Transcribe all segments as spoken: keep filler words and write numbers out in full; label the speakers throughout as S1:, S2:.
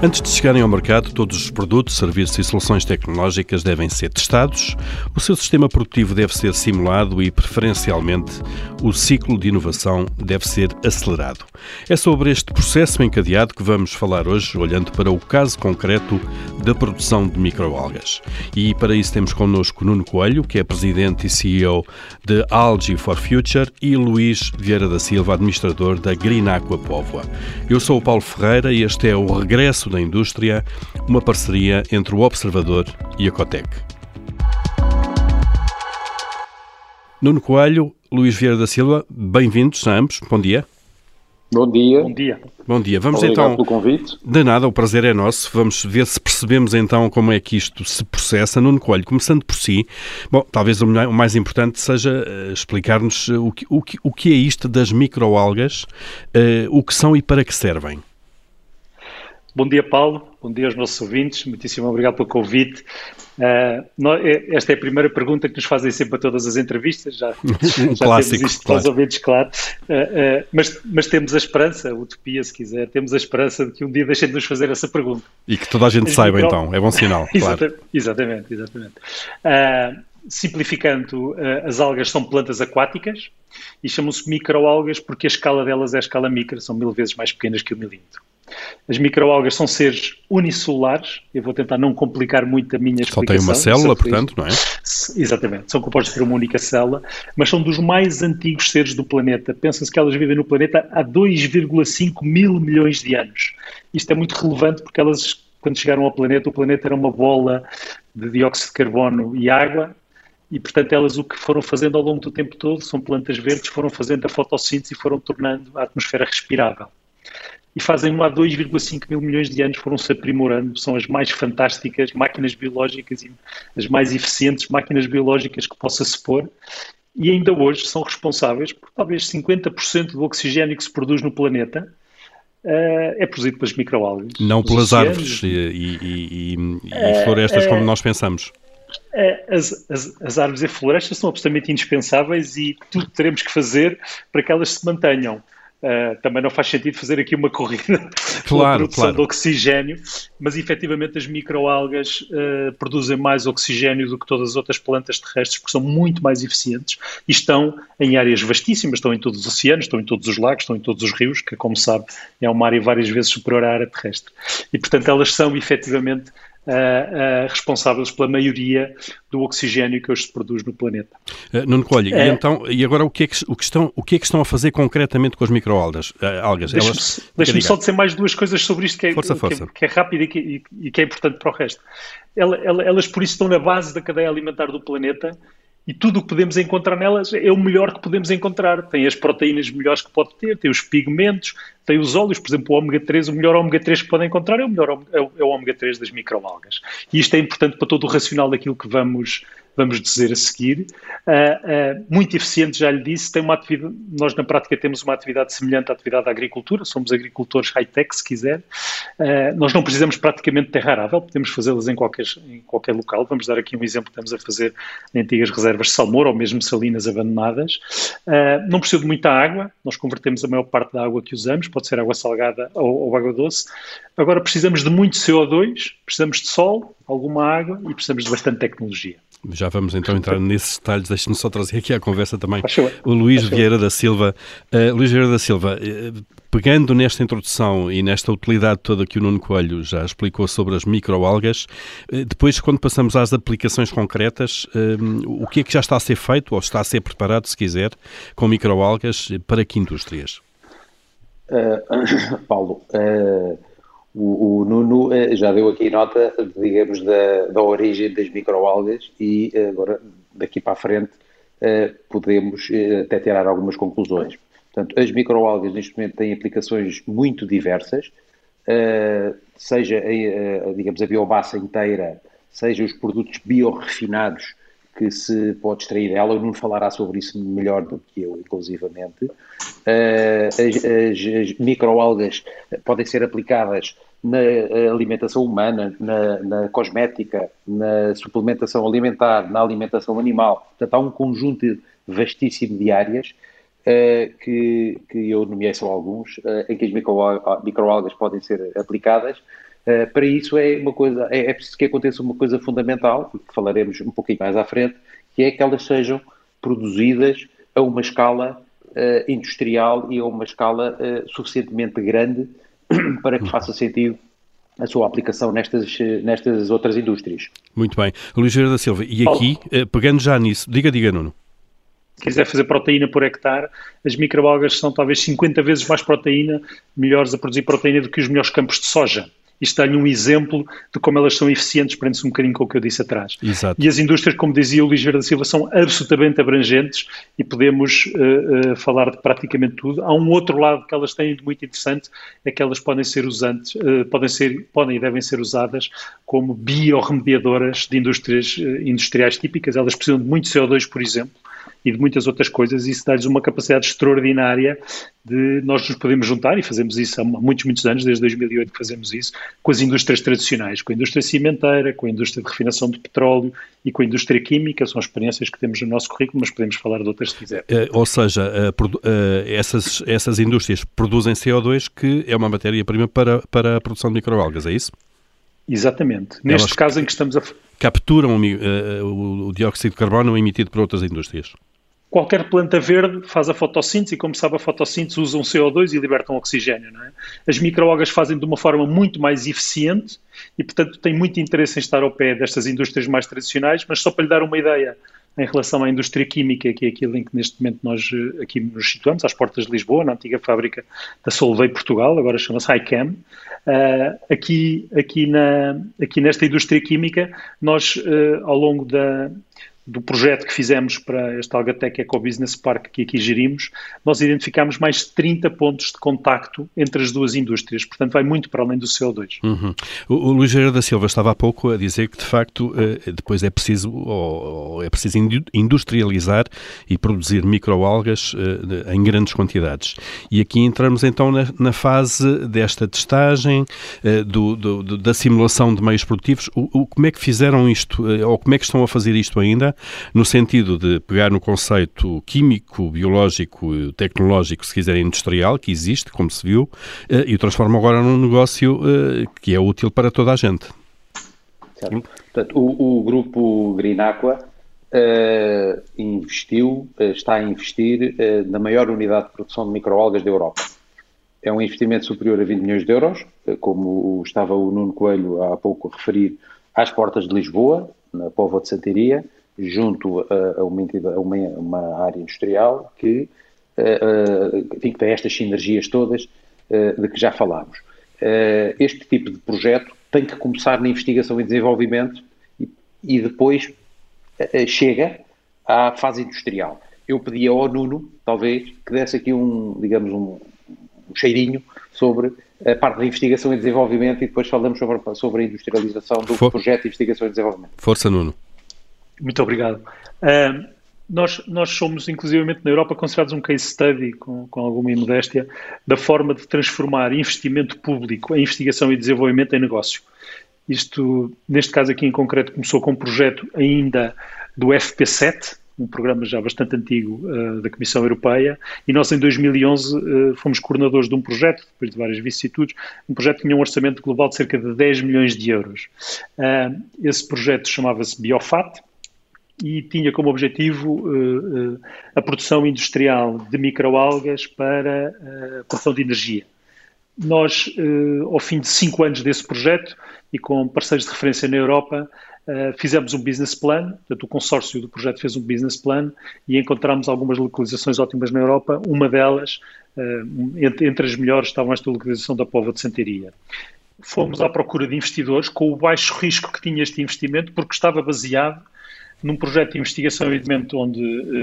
S1: Antes de chegarem ao mercado, todos os produtos, serviços e soluções tecnológicas devem ser testados, o seu sistema produtivo deve ser simulado e, preferencialmente, o ciclo de inovação deve ser acelerado. É sobre este processo encadeado que vamos falar hoje, olhando para o caso concreto da produção de microalgas. E para isso temos connosco Nuno Coelho, que é presidente e C E O de Algae for Future, e Luís Vieira da Silva, administrador da Green Aqua Póvoa. Eu sou o Paulo Ferreira e este é o Regresso da Indústria, uma parceria entre o Observador e a Cotec. Nuno Coelho, Luís Vieira da Silva, bem-vindos a ambos. Bom dia.
S2: Bom dia.
S3: Bom dia.
S1: Bom dia. Vamos
S2: Obrigado
S1: então...
S2: pelo convite.
S1: De nada, o prazer é nosso. Vamos ver se percebemos então como é que isto se processa. Nuno Coelho, começando por si, bom, talvez o mais importante seja uh, explicar-nos o que, o, que, o que é isto das microalgas, uh, o que são e para que servem.
S3: Bom dia, Paulo. Bom dia aos nossos ouvintes. Muitíssimo obrigado pelo convite. Uh, nós, esta é a primeira pergunta que nos fazem sempre a todas as entrevistas. Já,
S1: um
S3: já
S1: clássico,
S3: temos isto
S1: claro.
S3: mais ou menos claro. Uh, uh, mas, mas temos a esperança, a utopia, se quiser, temos a esperança de que um dia deixem de nos fazer essa pergunta.
S1: E que toda a gente
S3: As
S1: saiba,
S3: micro...
S1: então. É bom sinal, claro.
S3: Exatamente, exatamente. Uh, simplificando, uh, as algas são plantas aquáticas e chamam-se microalgas porque a escala delas é a escala micro, são mil vezes mais pequenas que o milímetro. As microalgas são seres unicelulares, eu vou tentar não complicar muito a minha explicação.
S1: Só tem uma célula, portanto, não é?
S3: Exatamente, são compostos por uma única célula, mas são dos mais antigos seres do planeta. Pensa-se que elas vivem no planeta há dois vírgula cinco mil milhões de anos. Isto é muito relevante porque elas, quando chegaram ao planeta, o planeta era uma bola de dióxido de carbono e água, e, portanto, elas o que foram fazendo ao longo do tempo todo, são plantas verdes, foram fazendo a fotossíntese e foram tornando a atmosfera respirável. E fazem há dois vírgula cinco mil milhões de anos, foram-se aprimorando, são as mais fantásticas máquinas biológicas e as mais eficientes máquinas biológicas que possa-se pôr, e ainda hoje são responsáveis por talvez cinquenta por cento do oxigênio que se produz no planeta, uh, é produzido pelas microalgas.
S1: Não pelas
S3: oceanos,
S1: árvores e, e, e, e florestas uh, uh, como nós pensamos.
S3: As, as, as árvores e florestas são absolutamente indispensáveis e tudo teremos que fazer para que elas se mantenham. Uh, também não faz sentido fazer aqui uma corrida
S1: claro,
S3: pela produção
S1: claro.
S3: de oxigênio, mas efetivamente as microalgas uh, produzem mais oxigênio do que todas as outras plantas terrestres, porque são muito mais eficientes e estão em áreas vastíssimas, estão em todos os oceanos, estão em todos os lagos, estão em todos os rios, que, como sabe, é uma área várias vezes superior à área terrestre. E, portanto, elas são efetivamente Uh, uh, responsáveis pela maioria do oxigênio que hoje se produz no planeta.
S1: Uh, Nuno Coelho, uh, e, então, e agora o que, é que, o, que estão, o que é que estão a fazer concretamente com as microalgas? Uh, algas?
S3: Deixa-me,
S1: Elas...
S3: deixa-me só dizer mais duas coisas sobre isto que é,
S1: força,
S3: que,
S1: força.
S3: que é rápido e que, e, e que é importante para o resto. Ela, ela, elas, por isso, estão na base da cadeia alimentar do planeta e tudo o que podemos encontrar nelas é o melhor que podemos encontrar. Tem as proteínas melhores que pode ter, tem os pigmentos, tem os óleos, por exemplo, o ômega três, o melhor ômega três que podem encontrar é o melhor é o, é o ômega três das microalgas. E isto é importante para todo o racional daquilo que vamos, vamos dizer a seguir. Uh, uh, muito eficiente, já lhe disse, tem uma atividade, nós na prática temos uma atividade semelhante à atividade da agricultura, somos agricultores high-tech, se quiser. Uh, nós não precisamos praticamente de terra arável, podemos fazê-las em qualquer, em qualquer local. Vamos dar aqui um exemplo que estamos a fazer em antigas reservas de salmoura ou mesmo salinas abandonadas. Uh, não precisa de muita água, nós convertemos a maior parte da água que usamos, pode ser água salgada ou, ou água doce. Agora precisamos de muito C O dois, precisamos de sol, alguma água e precisamos de bastante tecnologia.
S1: Já vamos então entrar nesses detalhes. Deixe-me só trazer aqui à conversa também
S3: Achou.
S1: o Luís
S3: Achou.
S1: Vieira da Silva. Uh, Luís Vieira da Silva, uh, pegando nesta introdução e nesta utilidade toda que o Nuno Coelho já explicou sobre as microalgas, uh, depois, quando passamos às aplicações concretas, uh, o que é que já está a ser feito ou está a ser preparado, se quiser, com microalgas, para que indústrias?
S2: Uh, Paulo, uh, o, o Nuno uh, já deu aqui nota, digamos, da, da origem das microalgas e uh, agora, daqui para a frente, uh, podemos uh, até tirar algumas conclusões. Portanto, as microalgas neste momento têm aplicações muito diversas, uh, seja, a, digamos, a biomassa inteira, seja os produtos biorrefinados que se pode extrair dela. O Nuno falará sobre isso melhor do que eu, inclusivamente. Uh, as, as, as microalgas podem ser aplicadas na alimentação humana, na, na cosmética, na suplementação alimentar, na alimentação animal. Portanto, há um conjunto vastíssimo de áreas uh, que, que eu nomeei só alguns, uh, em que as microalgas podem ser aplicadas, Uh, para isso é uma coisa, é, é preciso que aconteça uma coisa fundamental, que falaremos um pouquinho mais à frente, que é que elas sejam produzidas a uma escala uh, industrial e a uma escala uh, suficientemente grande para que faça sentido a sua aplicação nestas, nestas outras indústrias.
S1: Muito bem. Luís Vieira da Silva, e aqui, uh, pegando já nisso, diga, diga, Nuno.
S3: Se quiser fazer proteína por hectare, as microalgas são talvez cinquenta vezes mais proteína, melhores a produzir proteína do que os melhores campos de soja. Isto dá-lhe um exemplo de como elas são eficientes, prende-se um bocadinho com o que eu disse atrás.
S1: Exato.
S3: E as indústrias, como dizia o Luís Vieira da Silva, são absolutamente abrangentes e podemos uh, uh, falar de praticamente tudo. Há um outro lado que elas têm de muito interessante, é que elas podem ser usantes, uh, podem ser, podem e devem ser usadas como biorremediadoras de indústrias uh, industriais típicas. Elas precisam de muito C O dois, por exemplo, e de muitas outras coisas, e isso dá-lhes uma capacidade extraordinária de nós nos podemos juntar, e fazemos isso há muitos, muitos anos, desde dois mil e oito que fazemos isso, com as indústrias tradicionais, com a indústria cimenteira, com a indústria de refinação de petróleo e com a indústria química. São experiências que temos no nosso currículo, mas podemos falar de outras se quiser.
S1: Uh, ou seja, uh, uh, essas, essas indústrias produzem C O dois, que é uma matéria-prima para, para a produção de microalgas, é isso?
S3: Exatamente. Neste Elas caso em que estamos a...
S1: capturam uh, o, o dióxido de carbono emitido por outras indústrias.
S3: Qualquer planta verde faz a fotossíntese e, como sabe, a fotossíntese usam C O dois e libertam oxigênio, não é? As microalgas fazem de uma forma muito mais eficiente e, portanto, tem muito interesse em estar ao pé destas indústrias mais tradicionais, mas só para lhe dar uma ideia, em relação à indústria química, que é aquilo em que neste momento nós aqui nos situamos, às portas de Lisboa, na antiga fábrica da Solvay Portugal, agora chama-se Highchem. Uh, aqui, aqui, na, aqui nesta indústria química, nós, uh, ao longo da... do projeto que fizemos para este Algatec Eco Business Park que aqui gerimos, nós identificámos mais de trinta pontos de contacto entre as duas indústrias. Portanto, vai muito para além do C O dois.
S1: Uhum. O, o Luís Vieira da Silva estava há pouco a dizer que, de facto, depois é preciso, ou é preciso industrializar e produzir microalgas em grandes quantidades. E aqui entramos, então, na, na fase desta testagem, do, do, do, da simulação de meios produtivos. O, o, como é que fizeram isto, ou como é que estão a fazer isto ainda? No sentido de pegar no conceito químico, biológico, tecnológico, se quiser industrial, que existe, como se viu, e o transforma agora num negócio que é útil para toda a gente.
S2: Certo. Portanto, o, o grupo Green Aqua uh, investiu, uh, está a investir uh, na maior unidade de produção de microalgas da Europa. É um investimento superior a vinte milhões de euros, uh, como estava o Nuno Coelho há pouco a referir, às portas de Lisboa, na Póvoa de Santiria, junto a, a, uma, entidade, a uma, uma área industrial que, uh, uh, enfim, que tem estas sinergias todas uh, de que já falámos. Uh, este tipo de projeto tem que começar na investigação e desenvolvimento e, e depois uh, chega à fase industrial. Eu pedi ao Nuno, talvez, que desse aqui um, digamos, um, um cheirinho sobre a parte da investigação e desenvolvimento e depois falamos sobre, sobre a industrialização do For... projeto de investigação e desenvolvimento.
S1: Força, Nuno.
S3: Muito obrigado. Uh, nós, nós somos, inclusivamente na Europa, considerados um case study, com, com alguma imodéstia, da forma de transformar investimento público em investigação e desenvolvimento em negócio. Isto, neste caso aqui em concreto, começou com um projeto ainda do F P sete, um programa já bastante antigo uh, da Comissão Europeia, e nós em dois mil e onze uh, fomos coordenadores de um projeto, depois de várias vicissitudes, um projeto que tinha um orçamento global de cerca de dez milhões de euros. Uh, esse projeto chamava-se Biofat, e tinha como objetivo uh, uh, a produção industrial de microalgas para uh, a produção de energia. Nós, uh, ao fim de cinco anos desse projeto e com parceiros de referência na Europa, uh, fizemos um business plan, portanto o consórcio do projeto fez um business plan e encontramos algumas localizações ótimas na Europa, uma delas, uh, entre, entre as melhores, estava esta localização da Póvoa de Santiria. Fomos à procura de investidores com o baixo risco que tinha este investimento, porque estava baseado num projeto de investigação e desenvolvimento onde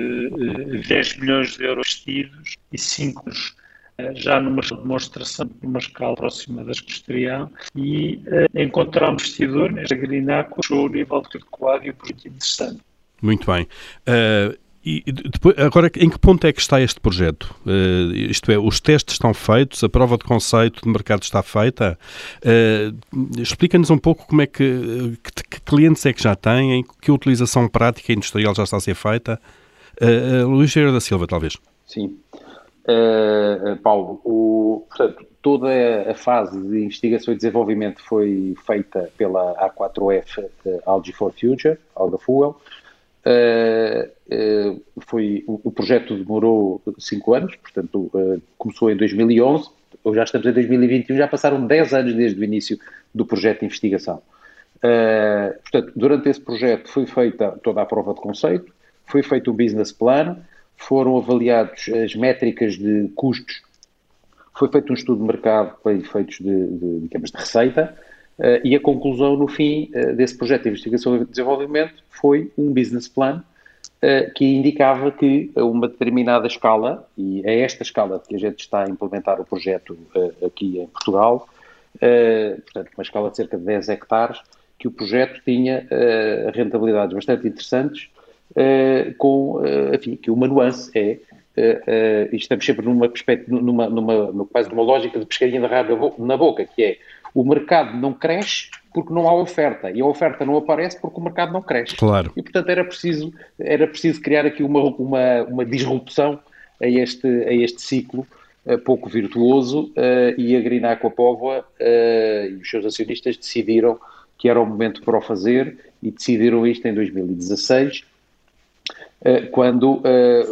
S3: uh, dez milhões de euros investidos e cinco uh, já numa demonstração numa escala próxima das que estariam e uh, encontramos investidor nesta Green Aqua, show o nível de adequado e um projeto interessante.
S1: Muito bem. Uh... E depois, agora, em que ponto é que está este projeto? Uh, isto é, os testes estão feitos, a prova de conceito de mercado está feita? Uh, explica-nos um pouco como é que, que, que clientes é que já têm, que utilização prática e industrial já está a ser feita? Uh, uh, Luís Vieira da Silva, talvez.
S2: Sim. uh, Paulo, o, portanto, toda a fase de investigação e desenvolvimento foi feita pela A quatro F uh, Algae for Future, Alga Fuel. Uh, uh, foi, o, o projeto demorou cinco anos, portanto, uh, começou em dois mil e onze, ou já estamos em dois mil e vinte e um, já passaram dez anos desde o início do projeto de investigação. Uh, portanto, durante esse projeto foi feita toda a prova de conceito, foi feito um business plan, foram avaliados as métricas de custos, foi feito um estudo de mercado para efeitos de, de, digamos, de receita, uh, e a conclusão no fim uh, desse projeto de investigação e desenvolvimento foi um business plan uh, que indicava que a uma determinada escala, e é esta escala que a gente está a implementar o projeto uh, aqui em Portugal, uh, portanto uma escala de cerca de dez hectares, que o projeto tinha uh, rentabilidades bastante interessantes, uh, com, uh, enfim, que uma nuance é, uh, uh, estamos sempre numa perspectiva, numa, numa, numa, quase numa lógica de pescaria de rabo na boca, que é, o mercado não cresce porque não há oferta, e a oferta não aparece porque o mercado não cresce.
S1: Claro.
S2: E, portanto, era preciso, era preciso criar aqui uma, uma, uma disrupção a este, a este ciclo uh, pouco virtuoso, uh, e a Green Aqua Póvoa uh, e os seus acionistas decidiram que era o momento para o fazer, e decidiram isto em dois mil e dezasseis, quando,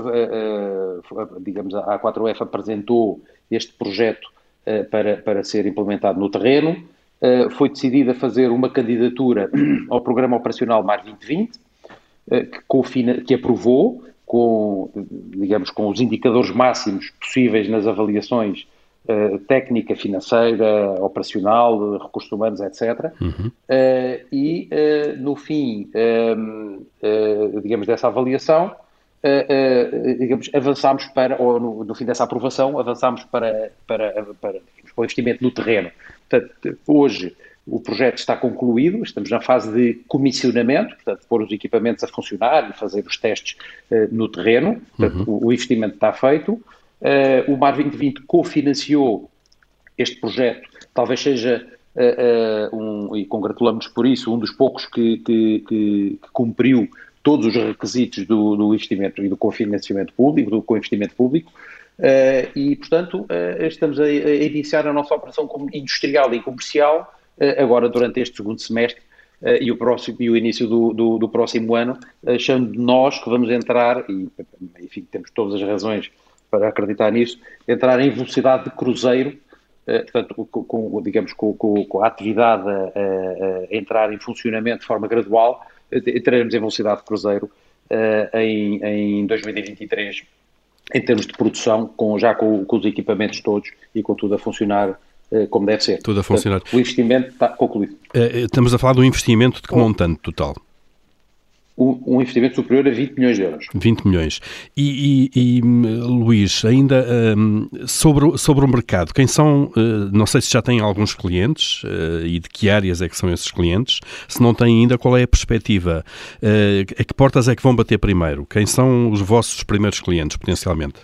S2: digamos, a A quatro F apresentou este projeto para, para ser implementado no terreno. Foi decidida fazer uma candidatura ao Programa Operacional Mar vinte vinte, que, confina, que aprovou, com, digamos, com os indicadores máximos possíveis nas avaliações Uh, técnica, financeira, operacional, recursos humanos, etcétera. Uhum. Uh, e, uh, no fim, um, uh, digamos, dessa avaliação, uh, uh, digamos, avançámos para, ou no, no fim dessa aprovação, avançámos para, para, para, digamos, para o investimento no terreno. Portanto, hoje o projeto está concluído, estamos na fase de comissionamento, portanto, pôr os equipamentos a funcionar e fazer os testes uh, no terreno. Portanto, uhum. o, o investimento está feito. Uh, o Mar vinte vinte cofinanciou este projeto, talvez seja, uh, uh, um, e congratulamos por isso, um dos poucos que, que, que, que cumpriu todos os requisitos do, do investimento e do cofinanciamento público, do co-investimento público, uh, e, portanto, uh, estamos a, a iniciar a nossa operação industrial e comercial uh, agora durante este segundo semestre uh, e, o próximo, e o início do, do, do próximo ano, achando nós que vamos entrar, e, enfim, temos todas as razões para acreditar nisso, entrar em velocidade de cruzeiro, eh, portanto, com, com, digamos, com, com, com a atividade a, a, a entrar em funcionamento de forma gradual, entraremos em velocidade de cruzeiro eh, em, em dois mil e vinte e três, em termos de produção, com, já com, com os equipamentos todos e com tudo a funcionar eh, como deve ser.
S1: Tudo a funcionar.
S2: Portanto, o investimento está concluído.
S1: Eh, estamos a falar de um investimento de que montante total?
S2: Um investimento superior a vinte milhões de euros.
S1: vinte milhões. E, e, e Luís, ainda um, sobre, sobre o mercado, quem são, uh, não sei se já têm alguns clientes uh, e de que áreas é que são esses clientes, se não têm ainda, qual é a perspectiva? Uh, a que portas é que vão bater primeiro? Quem são os vossos primeiros clientes, potencialmente?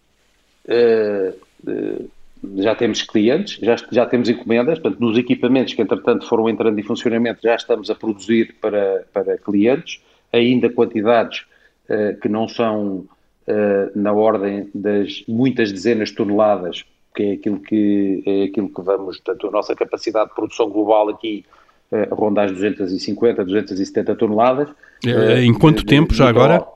S2: Uh, uh, já temos clientes, já, já temos encomendas, portanto, nos equipamentos que, entretanto, foram entrando em funcionamento, já estamos a produzir para, para clientes, ainda quantidades uh, que não são uh, na ordem das muitas dezenas de toneladas, que é aquilo que, é aquilo que vamos, portanto, a nossa capacidade de produção global aqui uh, ronda as duzentas e cinquenta, duzentas e setenta toneladas.
S1: Uh, em quanto de, tempo, de, já de agora?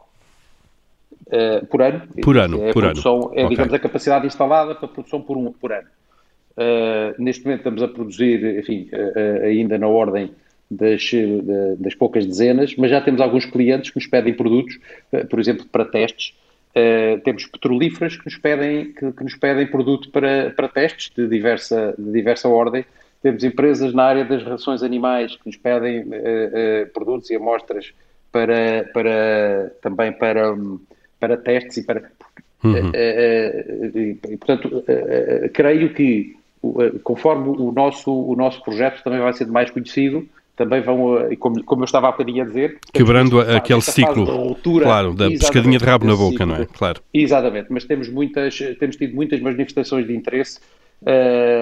S2: Uh, por ano.
S1: Por ano,
S2: é a
S1: por
S2: produção,
S1: ano.
S2: É, digamos,
S1: okay.
S2: a capacidade instalada para a produção por, um, por ano. Uh, neste momento estamos a produzir, enfim, uh, uh, ainda na ordem Das, das poucas dezenas, mas já temos alguns clientes que nos pedem produtos, por exemplo, para testes. Uh, temos petrolíferas que nos pedem, que, que nos pedem produto para, para testes de diversa, de diversa ordem. Temos empresas na área das rações animais que nos pedem uh, uh, produtos e amostras para, para, também para, para testes e para... Uhum. Uh, uh, e, portanto, uh, uh, creio que uh, conforme o nosso, o nosso projeto também vai ser mais conhecido, também vão, como, como eu estava há bocadinho a dizer...
S1: Quebrando esta, aquele ciclo, ruptura, claro, da pescadinha de rabo na boca, ciclo, não é? Claro.
S2: Exatamente, mas temos, muitas, temos tido muitas manifestações de interesse. Uh,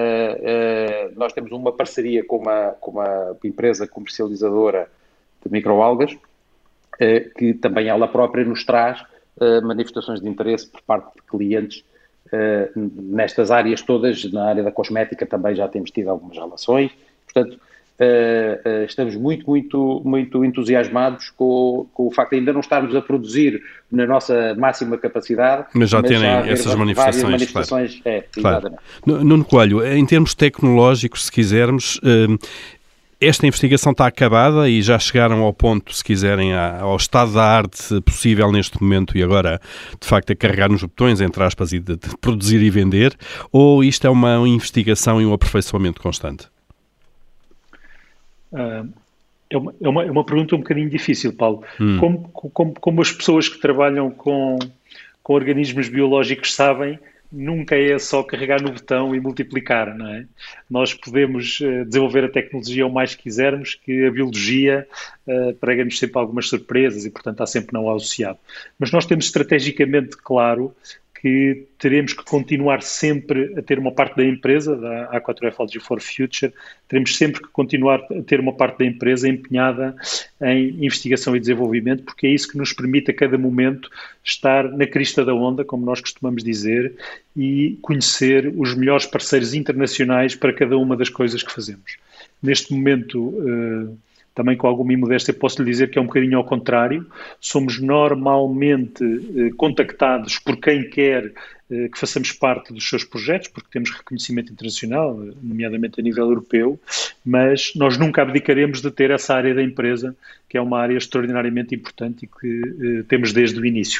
S2: uh, nós temos uma parceria com uma, com uma empresa comercializadora de microalgas, uh, que também ela própria nos traz uh, manifestações de interesse por parte de clientes uh, nestas áreas todas, na área da cosmética também já temos tido algumas relações, portanto, uh, uh, estamos muito, muito, muito entusiasmados com, com o facto de ainda não estarmos a produzir na nossa máxima capacidade.
S1: Mas já terem essas manifestações,
S2: manifestações
S1: claro.
S2: É,
S1: claro. Nuno Coelho, em termos tecnológicos, se quisermos, uh, esta investigação está acabada e já chegaram ao ponto, se quiserem, ao estado da arte possível neste momento e agora, de facto, a carregar nos botões, entre aspas, e de, de produzir e vender? Ou isto é uma investigação e um aperfeiçoamento constante?
S3: Uh, é, uma, é, uma, é uma pergunta um bocadinho difícil, Paulo. Hum. Como, como, como as pessoas que trabalham com, com organismos biológicos sabem, nunca é só carregar no botão e multiplicar, não é? Nós podemos uh, desenvolver a tecnologia o mais que quisermos, que a biologia uh, prega-nos sempre algumas surpresas e, portanto, há sempre não associado. Mas nós temos estrategicamente claro que teremos que continuar sempre a ter uma parte da empresa, da A quatro F Algae for Future, teremos sempre que continuar a ter uma parte da empresa empenhada em investigação e desenvolvimento, porque é isso que nos permite a cada momento estar na crista da onda, como nós costumamos dizer, e conhecer os melhores parceiros internacionais para cada uma das coisas que fazemos. Neste momento, também com alguma imodéstia, posso lhe dizer que é um bocadinho ao contrário. Somos normalmente eh, contactados por quem quer eh, que façamos parte dos seus projetos, porque temos reconhecimento internacional, nomeadamente a nível europeu, mas nós nunca abdicaremos de ter essa área da empresa, que é uma área extraordinariamente importante e que eh, temos desde o início.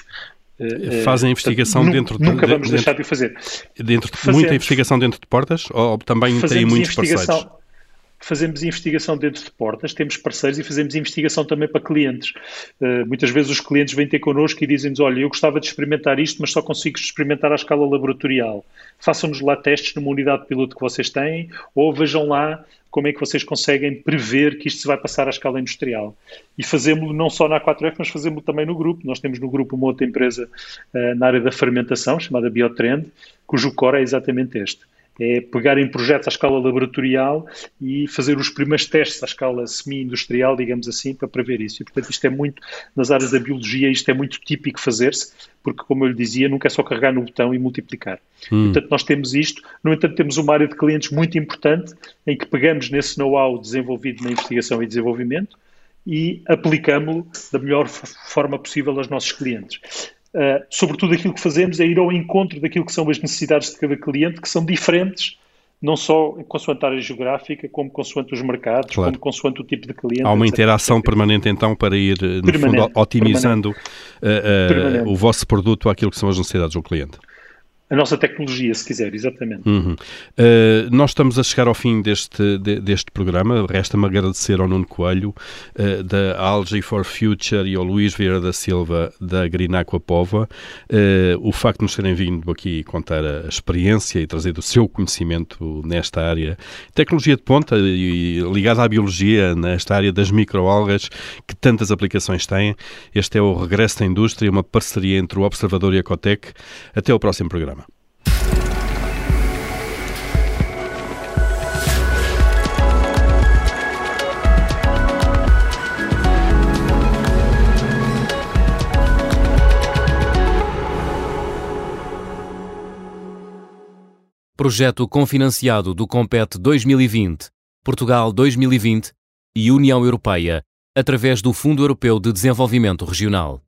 S1: Fazem investigação
S3: Portanto,
S1: dentro
S3: de... Nunca vamos
S1: dentro,
S3: deixar de o fazer.
S1: Dentro de, muita investigação dentro de portas? Ou também tem muitos parceiros?
S3: Fazemos investigação dentro de portas, temos parceiros e fazemos investigação também para clientes. Uh, muitas vezes os clientes vêm ter connosco e dizem-nos, olha, eu gostava de experimentar isto, mas só consigo experimentar à escala laboratorial. Façam-nos lá testes numa unidade piloto que vocês têm ou vejam lá como é que vocês conseguem prever que isto se vai passar à escala industrial. E fazemos-lo não só na A quatro F, mas fazemos-lo também no grupo. Nós temos no grupo uma outra empresa uh, na área da fermentação, chamada Biotrend, cujo core é exatamente este. É pegar em projetos à escala laboratorial e fazer os primeiros testes à escala semi-industrial, digamos assim, para prever isso. E, portanto, isto é muito, nas áreas da biologia, isto é muito típico fazer-se, porque, como eu lhe dizia, nunca é só carregar no botão e multiplicar. Hum. Portanto, nós temos isto. No entanto, temos uma área de clientes muito importante em que pegamos nesse know-how desenvolvido na investigação e desenvolvimento e aplicamos-lo da melhor forma possível aos nossos clientes. Uh, sobretudo aquilo que fazemos é ir ao encontro daquilo que são as necessidades de cada cliente, que são diferentes, não só consoante a área geográfica, como consoante os mercados, claro. Como consoante o tipo de cliente.
S1: Há uma etcétera interação permanente, então, para ir, no permanente, fundo, otimizando uh, uh, o vosso produto àquilo que são as necessidades do cliente.
S3: A nossa tecnologia, se quiser, exatamente.
S1: Uhum. Uh, nós estamos a chegar ao fim deste, de, deste programa. Resta-me agradecer ao Nuno Coelho, uh, da Algae for Future, e ao Luís Vieira da Silva, da Green Aqua Póvoa, uh, o facto de nos terem vindo aqui contar a experiência e trazer o seu conhecimento nesta área. Tecnologia de ponta e ligada à biologia, nesta área das microalgas, que tantas aplicações têm. Este é o Regresso da Indústria, uma parceria entre o Observador e a Ecotec. Até ao próximo programa.
S4: Projeto confinanciado do Compete dois mil e vinte, Portugal dois mil e vinte e União Europeia, através do Fundo Europeu de Desenvolvimento Regional.